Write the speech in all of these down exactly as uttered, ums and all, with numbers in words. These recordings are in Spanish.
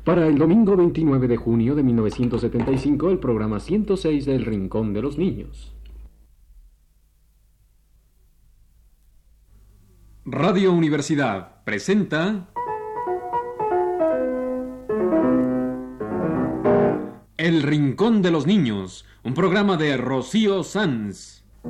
Para el domingo veintinueve de junio de mil novecientos setenta y cinco, el programa ciento seis del Rincón de los Niños. Radio Universidad presenta El Rincón de los Niños, un programa de Rocío Sanz.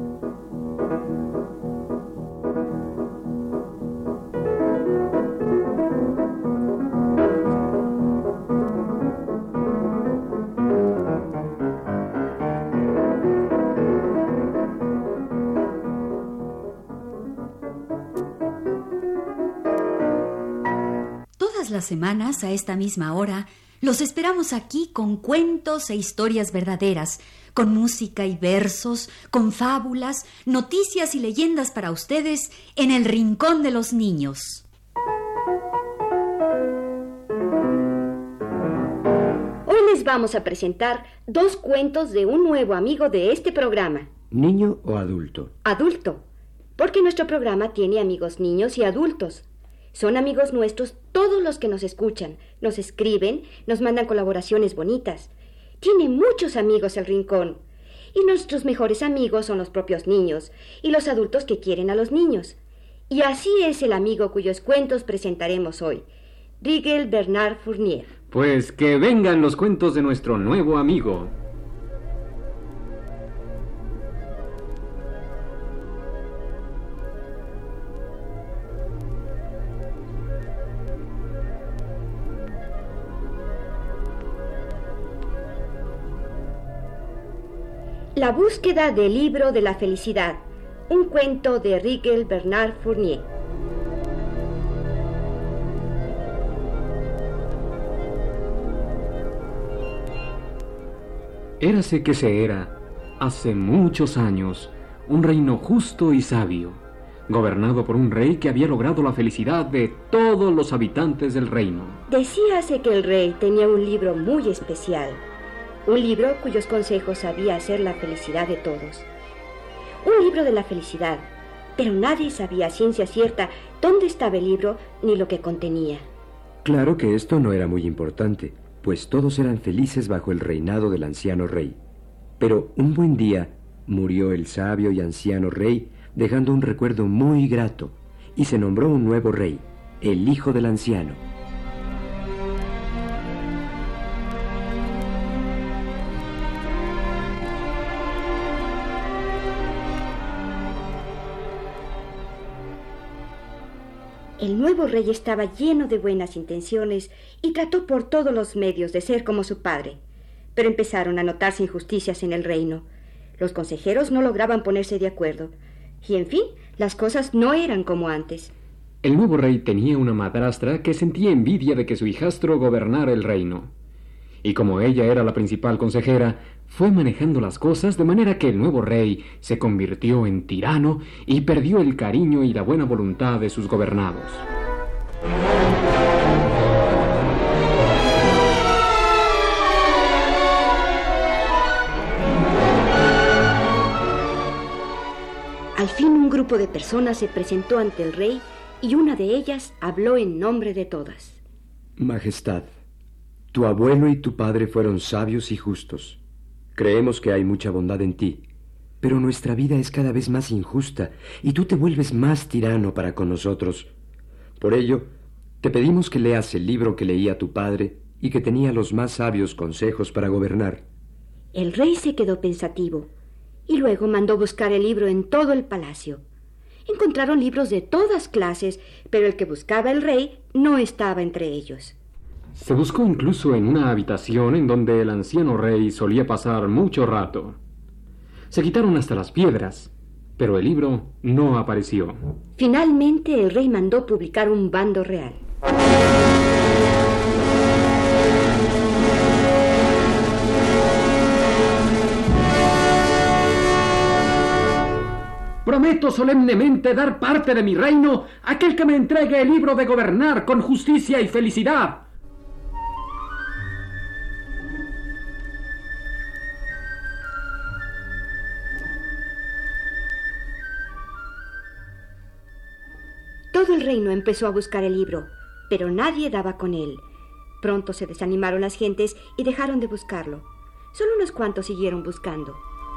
Todas las semanas, a esta misma hora, los esperamos aquí con cuentos e historias verdaderas, con música y versos, con fábulas, noticias y leyendas para ustedes en el Rincón de los Niños. Hoy les vamos a presentar dos cuentos de un nuevo amigo de este programa. ¿Niño o adulto? Adulto, porque nuestro programa tiene amigos niños y adultos. Son amigos nuestros todos los que nos escuchan, nos escriben, nos mandan colaboraciones bonitas. Tiene muchos amigos el Rincón. Y nuestros mejores amigos son los propios niños y los adultos que quieren a los niños. Y así es el amigo cuyos cuentos presentaremos hoy, Rigel Bernard Fournier. Pues que vengan los cuentos de nuestro nuevo amigo. La búsqueda del libro de la felicidad, un cuento de Rigel Bernard Fournier. Érase que se era, hace muchos años, un reino justo y sabio, gobernado por un rey que había logrado la felicidad de todos los habitantes del reino. Decíase que el rey tenía un libro muy especial. Un libro cuyos consejos sabía hacer la felicidad de todos. Un libro de la felicidad, pero nadie sabía a ciencia cierta dónde estaba el libro ni lo que contenía. Claro que esto no era muy importante, pues todos eran felices bajo el reinado del anciano rey. Pero un buen día murió el sabio y anciano rey, dejando un recuerdo muy grato, y se nombró un nuevo rey, el hijo del anciano. El nuevo rey estaba lleno de buenas intenciones y trató por todos los medios de ser como su padre. Pero empezaron a notarse injusticias en el reino. Los consejeros no lograban ponerse de acuerdo. Y, en fin, las cosas no eran como antes. El nuevo rey tenía una madrastra que sentía envidia de que su hijastro gobernara el reino. Y como ella era la principal consejera, fue manejando las cosas de manera que el nuevo rey se convirtió en tirano y perdió el cariño y la buena voluntad de sus gobernados. Al fin un grupo de personas se presentó ante el rey y una de ellas habló en nombre de todas. Majestad, tu abuelo y tu padre fueron sabios y justos. Creemos que hay mucha bondad en ti, pero nuestra vida es cada vez más injusta y tú te vuelves más tirano para con nosotros. Por ello, te pedimos que leas el libro que leía tu padre y que tenía los más sabios consejos para gobernar. El rey se quedó pensativo y luego mandó buscar el libro en todo el palacio. Encontraron libros de todas clases, pero el que buscaba el rey no estaba entre ellos. Se buscó incluso en una habitación en donde el anciano rey solía pasar mucho rato. Se quitaron hasta las piedras, pero el libro no apareció. Finalmente el rey mandó publicar un bando real. Prometo solemnemente dar parte de mi reino a aquel que me entregue el libro de gobernar con justicia y felicidad. Todo el reino empezó a buscar el libro, pero nadie daba con él. Pronto se desanimaron las gentes y dejaron de buscarlo. Solo unos cuantos siguieron buscando.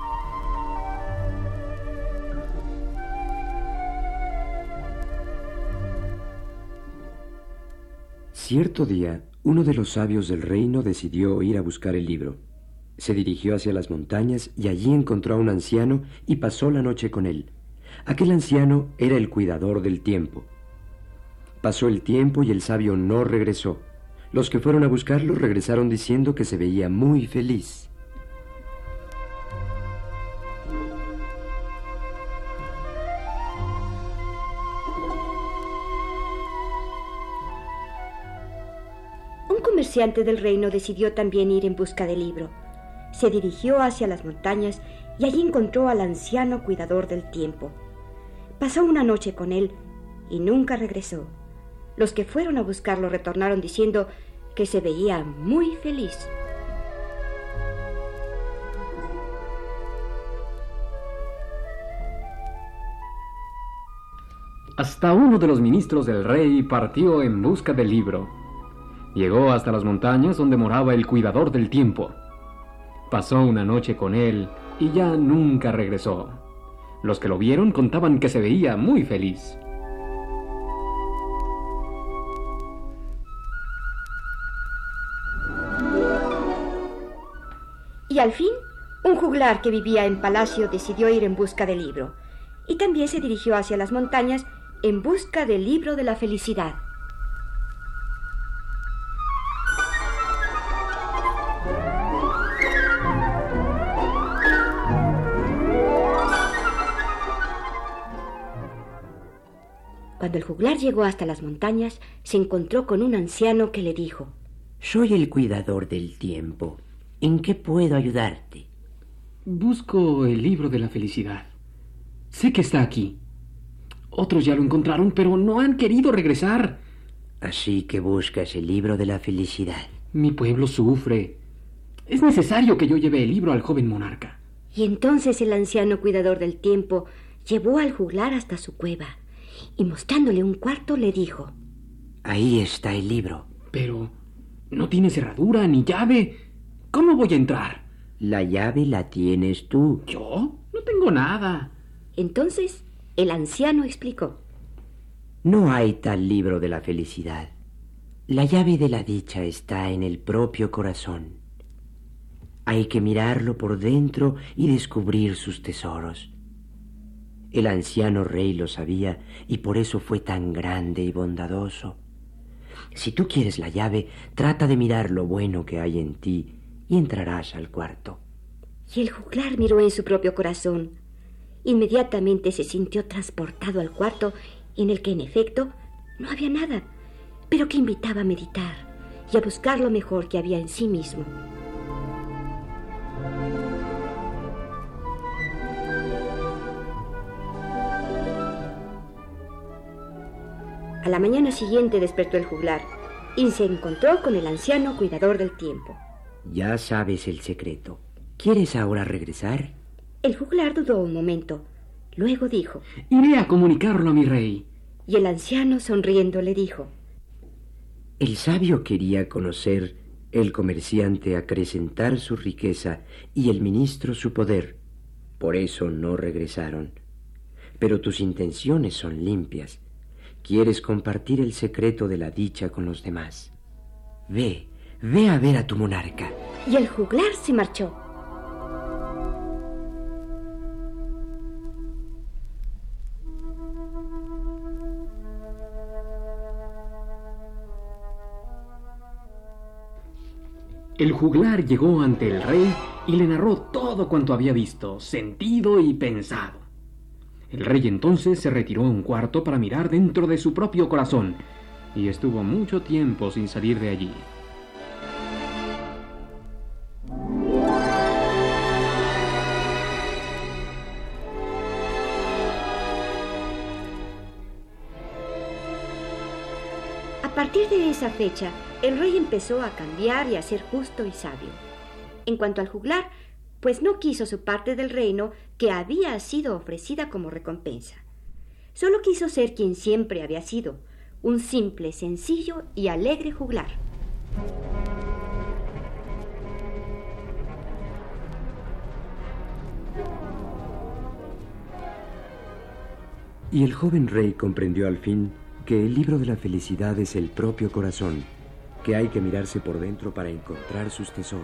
Cierto día, uno de los sabios del reino decidió ir a buscar el libro. Se dirigió hacia las montañas y allí encontró a un anciano y pasó la noche con él. Aquel anciano era el cuidador del tiempo. Pasó el tiempo y el sabio no regresó. Los que fueron a buscarlo regresaron diciendo que se veía muy feliz. Un comerciante del reino decidió también ir en busca del libro. Se dirigió hacia las montañas y allí encontró al anciano cuidador del tiempo. Pasó una noche con él y nunca regresó. Los que fueron a buscarlo retornaron diciendo que se veía muy feliz. Hasta uno de los ministros del rey partió en busca del libro. Llegó hasta las montañas donde moraba el cuidador del tiempo. Pasó una noche con él y ya nunca regresó. Los que lo vieron contaban que se veía muy feliz. Y al fin, un juglar que vivía en palacio decidió ir en busca del libro. Y también se dirigió hacia las montañas en busca del libro de la felicidad. Cuando el juglar llegó hasta las montañas, se encontró con un anciano que le dijo: Soy el cuidador del tiempo. ¿En qué puedo ayudarte? Busco el libro de la felicidad. Sé que está aquí. Otros ya lo encontraron, pero no han querido regresar. Así que buscas el libro de la felicidad. Mi pueblo sufre. Es necesario que yo lleve el libro al joven monarca. Y entonces el anciano cuidador del tiempo llevó al juglar hasta su cueva y mostrándole un cuarto le dijo: Ahí está el libro. Pero no tiene cerradura ni llave. ¿Cómo voy a entrar? La llave la tienes tú. ¿Yo? No tengo nada. Entonces el anciano explicó: No hay tal libro de la felicidad. La llave de la dicha está en el propio corazón. Hay que mirarlo por dentro y descubrir sus tesoros. El anciano rey lo sabía y por eso fue tan grande y bondadoso. Si tú quieres la llave, trata de mirar lo bueno que hay en ti y entrarás al cuarto. Y el juglar miró en su propio corazón. Inmediatamente se sintió transportado al cuarto en el que en efecto no había nada, pero que invitaba a meditar y a buscar lo mejor que había en sí mismo. A la mañana siguiente despertó el juglar y se encontró con el anciano cuidador del tiempo. Ya sabes el secreto. ¿Quieres ahora regresar? El juglar dudó un momento. Luego dijo: Iré a comunicarlo a mi rey. Y el anciano sonriendo le dijo: El sabio quería conocer, el comerciante acrecentar su riqueza y el ministro su poder. Por eso no regresaron. Pero tus intenciones son limpias. Quieres compartir el secreto de la dicha con los demás. Ve, ve a ver a tu monarca. Y el juglar se marchó. El juglar llegó ante el rey y le narró todo cuanto había visto, sentido y pensado. El rey entonces se retiró a un cuarto para mirar dentro de su propio corazón y estuvo mucho tiempo sin salir de allí. A partir de esa fecha, el rey empezó a cambiar y a ser justo y sabio. En cuanto al juglar, pues no quiso su parte del reino que había sido ofrecida como recompensa. Solo quiso ser quien siempre había sido, un simple, sencillo y alegre juglar. Y el joven rey comprendió al fin que el libro de la felicidad es el propio corazón, que hay que mirarse por dentro para encontrar sus tesoros.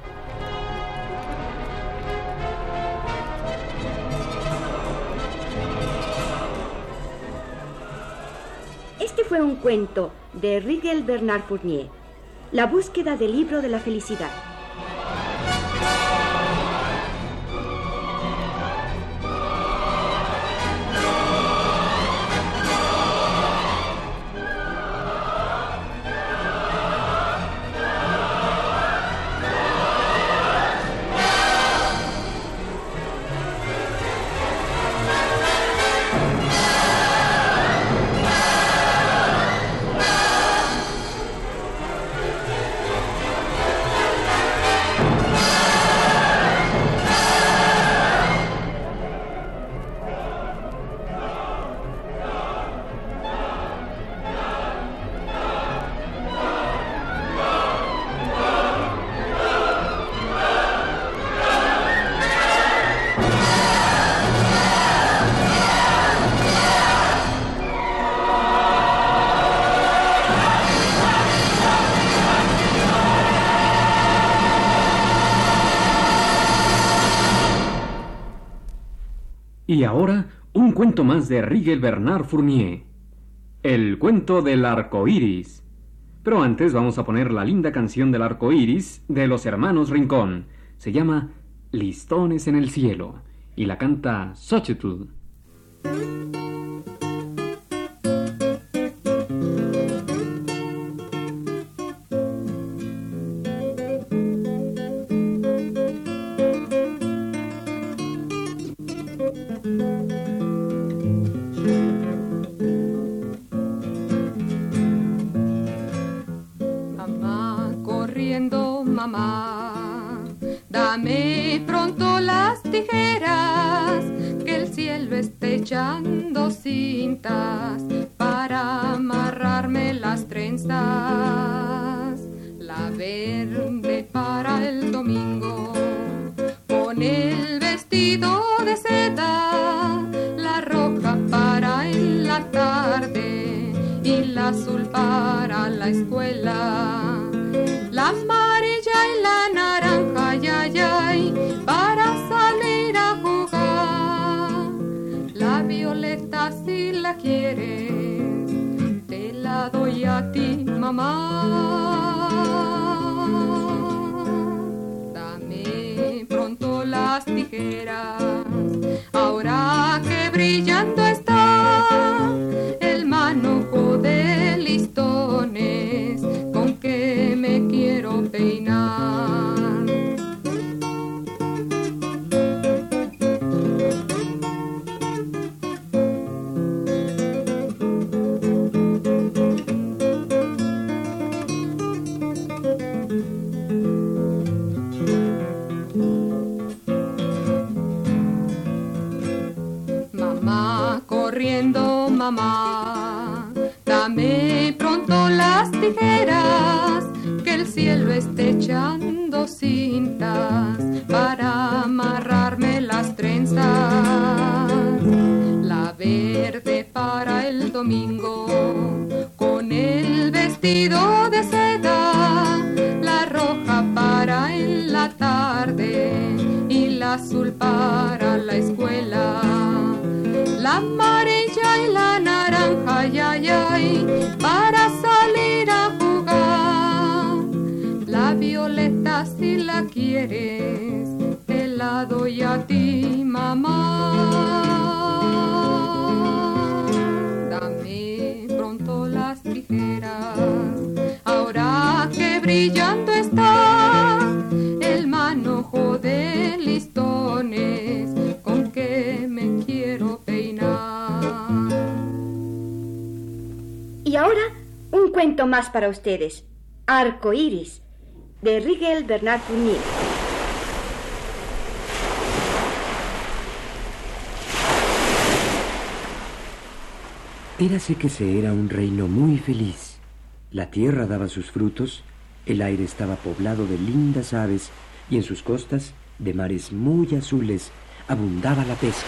Este fue un cuento de Rigel Bernard Fournier, La búsqueda del libro de la felicidad. Y ahora, un cuento más de Rigel Bernard Fournier. El cuento del arco iris. Pero antes vamos a poner la linda canción del arco iris de los hermanos Rincón. Se llama Listones en el cielo y la canta Xochitl. Mamá, corriendo, mamá, dame pronto las tijeras, que el cielo está echando cintas para amarrarme las trenzas. La verde para el domingo, con el vestido de seda, la roja para en la tarde y la azul para la escuela, la amarilla y la naranja, ay, ay, ay, para salir a jugar, la violeta si la quieres, te la doy a ti, mamá. Dame pronto las tijeras, ahora que brillando está el manojo de listones con que me quiero peinar. Mamá, corriendo, mamá, dame pronto las tijeras, que el cielo esté echando cintas para amarrarme las trenzas. La verde para el domingo, con el vestido de seda, la roja para en la tarde y la azul para la escuela, la amarilla y la naranja, ay, ay, ay, para salir a jugar, la violeta si la quieres, te la doy a ti, mamá. Dame pronto las tijeras, ahora que brillando está el manojo de listones con que me quiero peinar. Y ahora, un cuento más para ustedes. Arco iris, de Rigel Bernard Fournier. Érase que se era un reino muy feliz. La tierra daba sus frutos El aire estaba poblado de lindas aves y en sus costas, de mares muy azules, abundaba la pesca.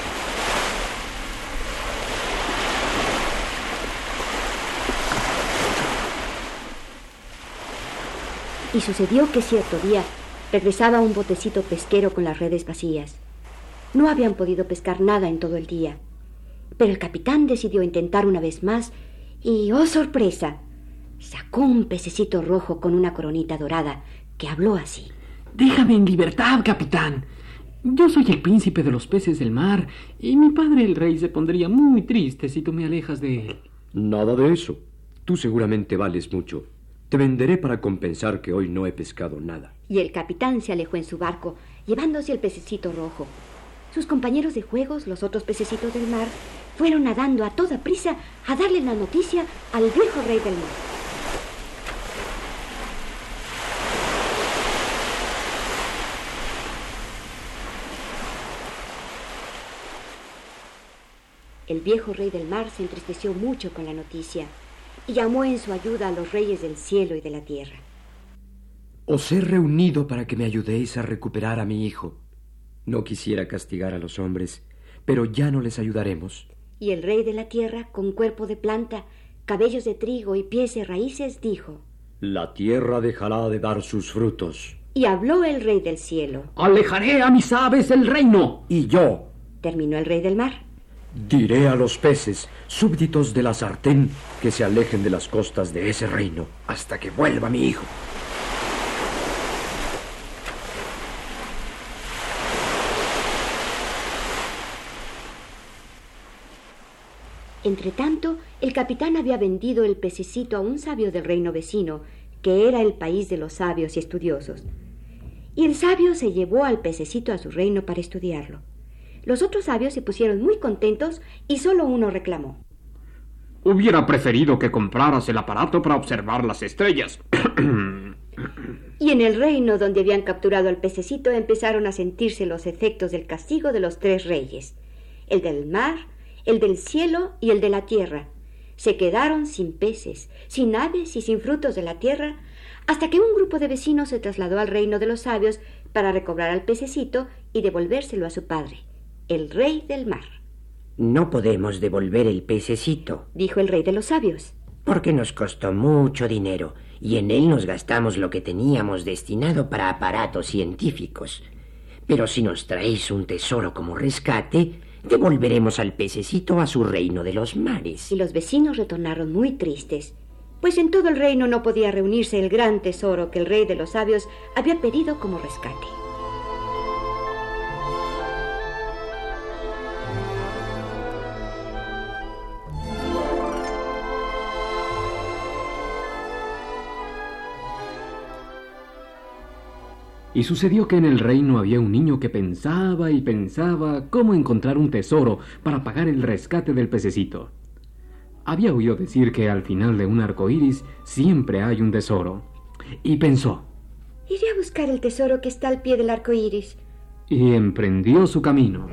Y sucedió que cierto día regresaba un botecito pesquero con las redes vacías. No habían podido pescar nada en todo el día, pero el capitán decidió intentar una vez más y, ¡oh sorpresa!, sacó un pececito rojo con una coronita dorada que habló así. Déjame en libertad, capitán. Yo soy el príncipe de los peces del mar y mi padre el rey se pondría muy triste si tú me alejas de él. Nada de eso. Tú seguramente vales mucho. Te venderé para compensar que hoy no he pescado nada. Y el capitán se alejó en su barco, llevándose el pececito rojo. Sus compañeros de juegos, los otros pececitos del mar, fueron nadando a toda prisa a darle la noticia al viejo rey del mar. El viejo rey del mar se entristeció mucho con la noticia y llamó en su ayuda a los reyes del cielo y de la tierra. Os he reunido para que me ayudéis a recuperar a mi hijo. No quisiera castigar a los hombres, pero ya no les ayudaremos. Y el rey de la tierra, con cuerpo de planta, cabellos de trigo y pies de raíces, dijo: La tierra dejará de dar sus frutos. Y habló el rey del cielo: ¡Alejaré a mis aves del reino! Y yo, terminó el rey del mar, diré a los peces, súbditos de la sartén, que se alejen de las costas de ese reino hasta que vuelva mi hijo. Entretanto, el capitán había vendido el pececito a un sabio del reino vecino, que era el país de los sabios y estudiosos. Y el sabio se llevó al pececito a su reino para estudiarlo. Los otros sabios se pusieron muy contentos y solo uno reclamó: Hubiera preferido que compraras el aparato para observar las estrellas. Y en el reino donde habían capturado al pececito empezaron a sentirse los efectos del castigo de los tres reyes, el del mar, el del cielo y el de la tierra. Se quedaron sin peces, sin aves y sin frutos de la tierra, hasta que un grupo de vecinos se trasladó al reino de los sabios para recobrar al pececito y devolvérselo a su padre, el rey del mar. No podemos devolver el pececito, dijo el rey de los sabios, porque nos costó mucho dinero y en él nos gastamos lo que teníamos destinado para aparatos científicos. Pero si nos traéis un tesoro como rescate, devolveremos al pececito a su reino de los mares. Y los vecinos retornaron muy tristes, pues en todo el reino no podía reunirse el gran tesoro que el rey de los sabios había pedido como rescate. Y sucedió que en el reino había un niño que pensaba y pensaba cómo encontrar un tesoro para pagar el rescate del pececito. Había oído decir que al final de un arco iris siempre hay un tesoro. Y pensó: iré a buscar el tesoro que está al pie del arco iris. Y emprendió su camino.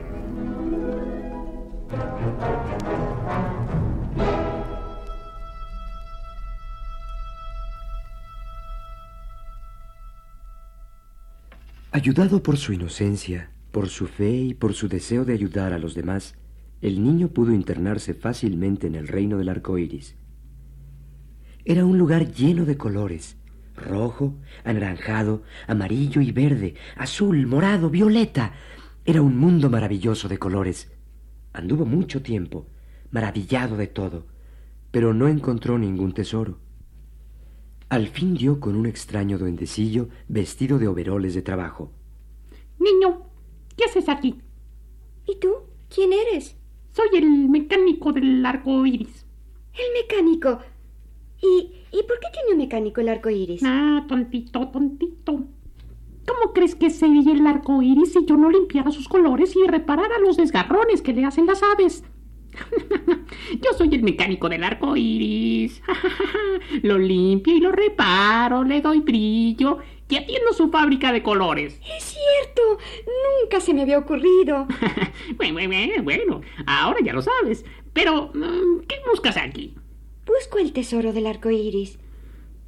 Ayudado por su inocencia, por su fe y por su deseo de ayudar a los demás, el niño pudo internarse fácilmente en el reino del arco iris. Era un lugar lleno de colores: rojo, anaranjado, amarillo y verde, azul, morado, violeta. Era un mundo maravilloso de colores. Anduvo mucho tiempo, maravillado de todo, pero no encontró ningún tesoro. Al fin dio con un extraño duendecillo vestido de overoles de trabajo. Niño, ¿qué haces aquí? ¿Y tú? ¿Quién eres? Soy el mecánico del arco iris. ¿El mecánico? ¿Y, ¿y por qué tiene un mecánico el arco iris? Ah, tontito, tontito. ¿Cómo crees que sería el arco iris si yo no limpiara sus colores y reparara los desgarrones que le hacen las aves? Yo soy el mecánico del arco iris. Lo limpio y lo reparo, le doy brillo y atiendo su fábrica de colores. Es cierto, nunca se me había ocurrido. bueno, bueno, bueno, ahora ya lo sabes. Pero, ¿qué buscas aquí? Busco el tesoro del arco iris.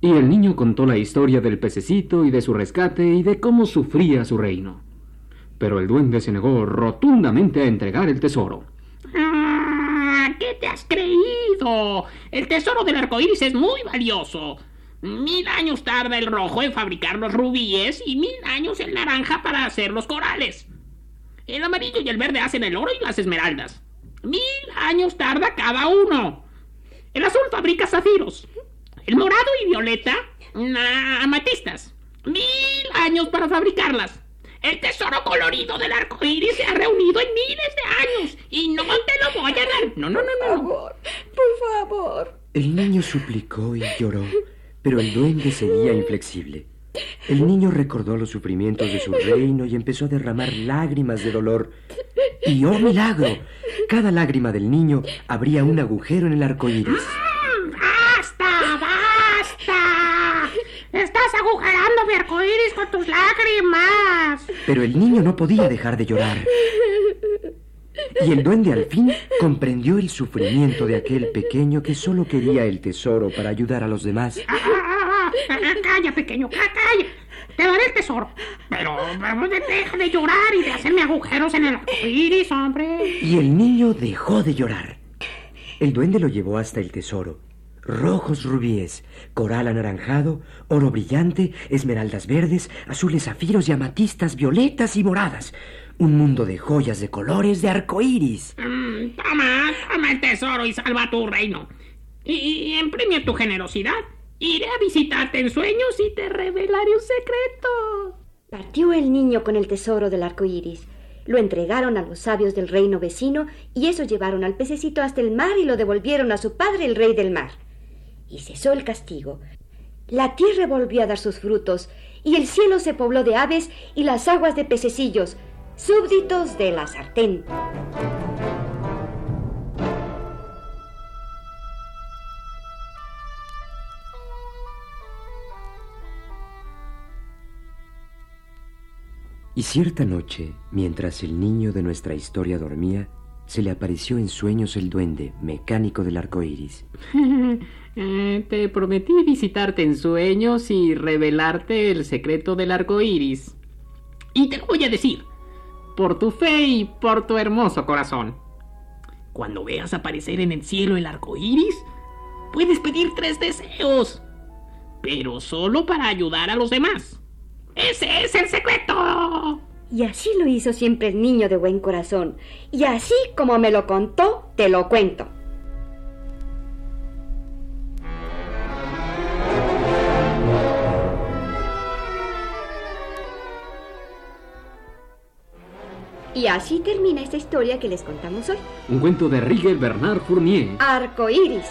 Y el niño contó la historia del pececito y de su rescate y de cómo sufría su reino. Pero el duende se negó rotundamente a entregar el tesoro. Ah, ¿qué te has creído? El tesoro del arco iris es muy valioso. Mil años tarda el rojo en fabricar los rubíes y mil años el naranja para hacer los corales. El amarillo y el verde hacen el oro y las esmeraldas. Mil años tarda cada uno. El azul fabrica zafiros. El morado y violeta, nah, amatistas. Mil años para fabricarlas. El tesoro colorido del arco iris se ha reunido en miles de años y no te lo voy a dar. No, no, no, no. Por favor, por favor. El niño suplicó y lloró, pero el duende seguía inflexible. El niño recordó los sufrimientos de su reino y empezó a derramar lágrimas de dolor. Y ¡oh milagro! Cada lágrima del niño abría un agujero en el arco iris. ¡Basta, basta! ¡Estás agujerando mi arco iris con tus lágrimas! Pero el niño no podía dejar de llorar. Y el duende al fin comprendió el sufrimiento de aquel pequeño que solo quería el tesoro para ayudar a los demás. Ah, ah, ah, ¡Calla, pequeño! ¡Calla! Te daré el tesoro. Pero, pero deja de llorar y de hacerme agujeros en el arco iris, hombre. Y el niño dejó de llorar. El duende lo llevó hasta el tesoro. Rojos rubíes, coral anaranjado, oro brillante, esmeraldas verdes, azules zafiros y amatistas violetas y moradas. Un mundo de joyas de colores de arco iris. Mm, toma, toma el tesoro y salva tu reino. Y, y en premio a tu generosidad, iré a visitarte en sueños y te revelaré un secreto. Partió el niño con el tesoro del arco iris. Lo entregaron a los sabios del reino vecino y esos llevaron al pececito hasta el mar y lo devolvieron a su padre, el rey del mar. Y cesó el castigo. La tierra volvió a dar sus frutos y el cielo se pobló de aves y las aguas de pececillos, súbditos de la sartén. Y cierta noche, mientras el niño de nuestra historia dormía, se le apareció en sueños el duende, mecánico del arco iris. eh, te prometí visitarte en sueños y revelarte el secreto del arco iris. Y te lo voy a decir, por tu fe y por tu hermoso corazón. Cuando veas aparecer en el cielo el arco iris, puedes pedir tres deseos, pero solo para ayudar a los demás. ¡Ese es el secreto! Y así lo hizo siempre el niño de buen corazón. Y así como me lo contó, te lo cuento. Y así termina esta historia que les contamos hoy. Un cuento de Rigel Bernard Fournier. Arco iris.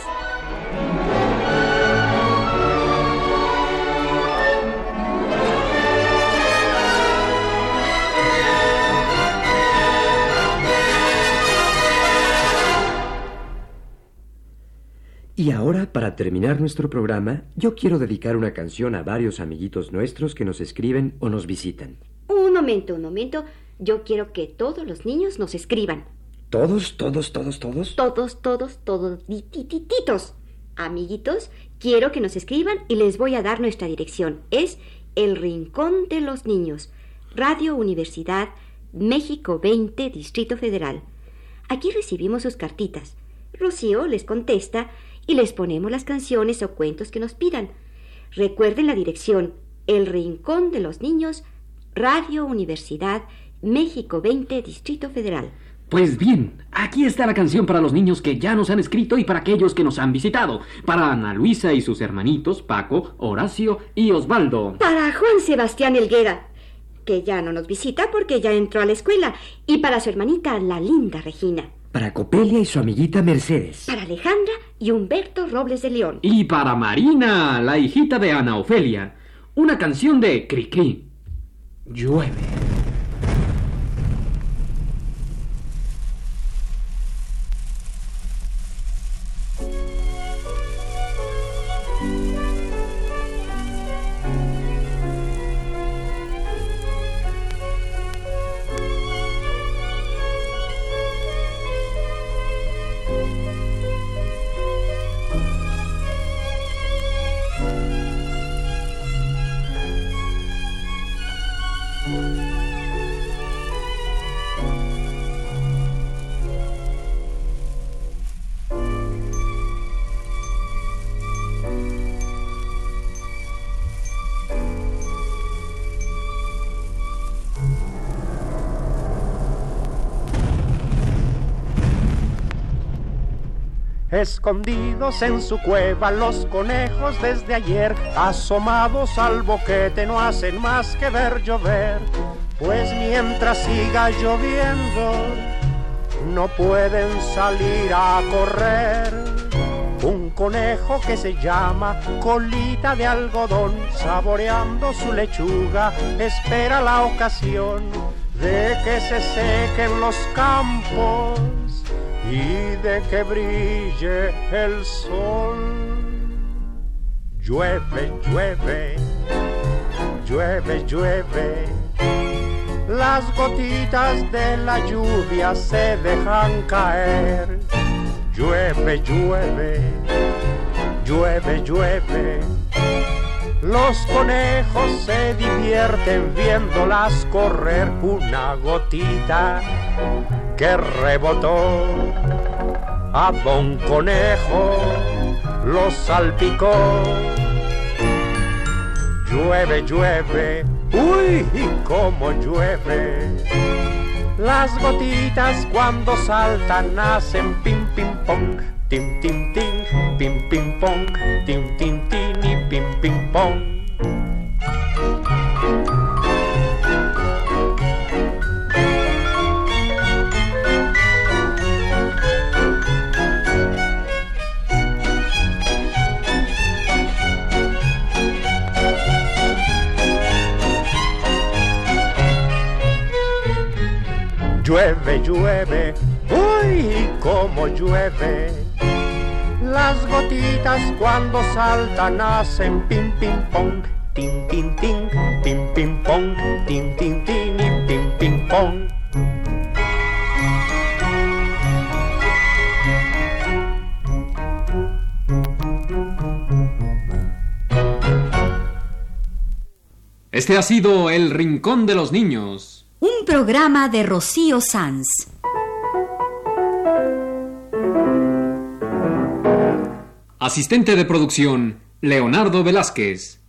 Y ahora, para terminar nuestro programa, yo quiero dedicar una canción a varios amiguitos nuestros que nos escriben o nos visitan. Un momento, un momento. Yo quiero que todos los niños nos escriban. ¿Todos, todos, todos, todos? Todos, todos, todos, tititos. Amiguitos, quiero que nos escriban y les voy a dar nuestra dirección. Es El Rincón de los Niños, Radio Universidad, México veinte, Distrito Federal. Aquí recibimos sus cartitas. Rocío les contesta y les ponemos las canciones o cuentos que nos pidan. Recuerden la dirección, El Rincón de los Niños, Radio Universidad, México veinte, Distrito Federal. Pues bien, aquí está la canción para los niños que ya nos han escrito y para aquellos que nos han visitado. Para Ana Luisa y sus hermanitos, Paco, Horacio y Osvaldo. Para Juan Sebastián Helguera, que ya no nos visita porque ya entró a la escuela. Y para su hermanita, la linda Regina. Para Copelia y su amiguita Mercedes. Para Alejandra y Humberto Robles de León. Y para Marina, la hijita de Ana Ofelia. Una canción de Cricri. Llueve. Escondidos en su cueva los conejos desde ayer, asomados al boquete no hacen más que ver llover. Pues mientras siga lloviendo, no pueden salir a correr. Un conejo que se llama Colita de Algodón, saboreando su lechuga, espera la ocasión de que se sequen los campos y de que brille el sol. Llueve, llueve, llueve, llueve. Las gotitas de la lluvia se dejan caer. Llueve, llueve, llueve, llueve. Los conejos se divierten viéndolas correr. Una gotita que rebotó a Don Conejo lo salpicó. Llueve, llueve, uy, cómo llueve. Las gotitas cuando saltan hacen pim, pim, pong, tim, tim, tim, pim, pim, pong, tim, tim, tim y pim, pim, pong. Llueve, llueve, uy, cómo llueve. Las gotitas cuando saltan hacen pim, pim, pong, tim, tim, tim, pim, pim, pong, tim, tim, tim y pim, pim, pong. Este ha sido El Rincón de los Niños. Un programa de Rocío Sanz. Asistente de producción, Leonardo Velázquez.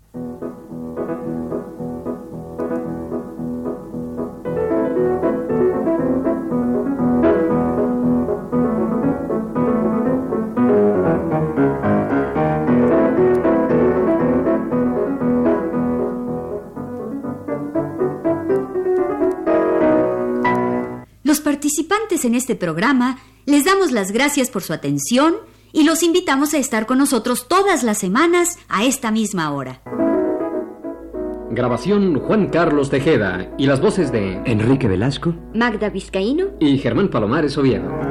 Los participantes en este programa les damos las gracias por su atención y los invitamos a estar con nosotros todas las semanas a esta misma hora. Grabación Juan Carlos Tejeda y las voces de Enrique Velasco, Magda Vizcaíno y Germán Palomares Oviedo.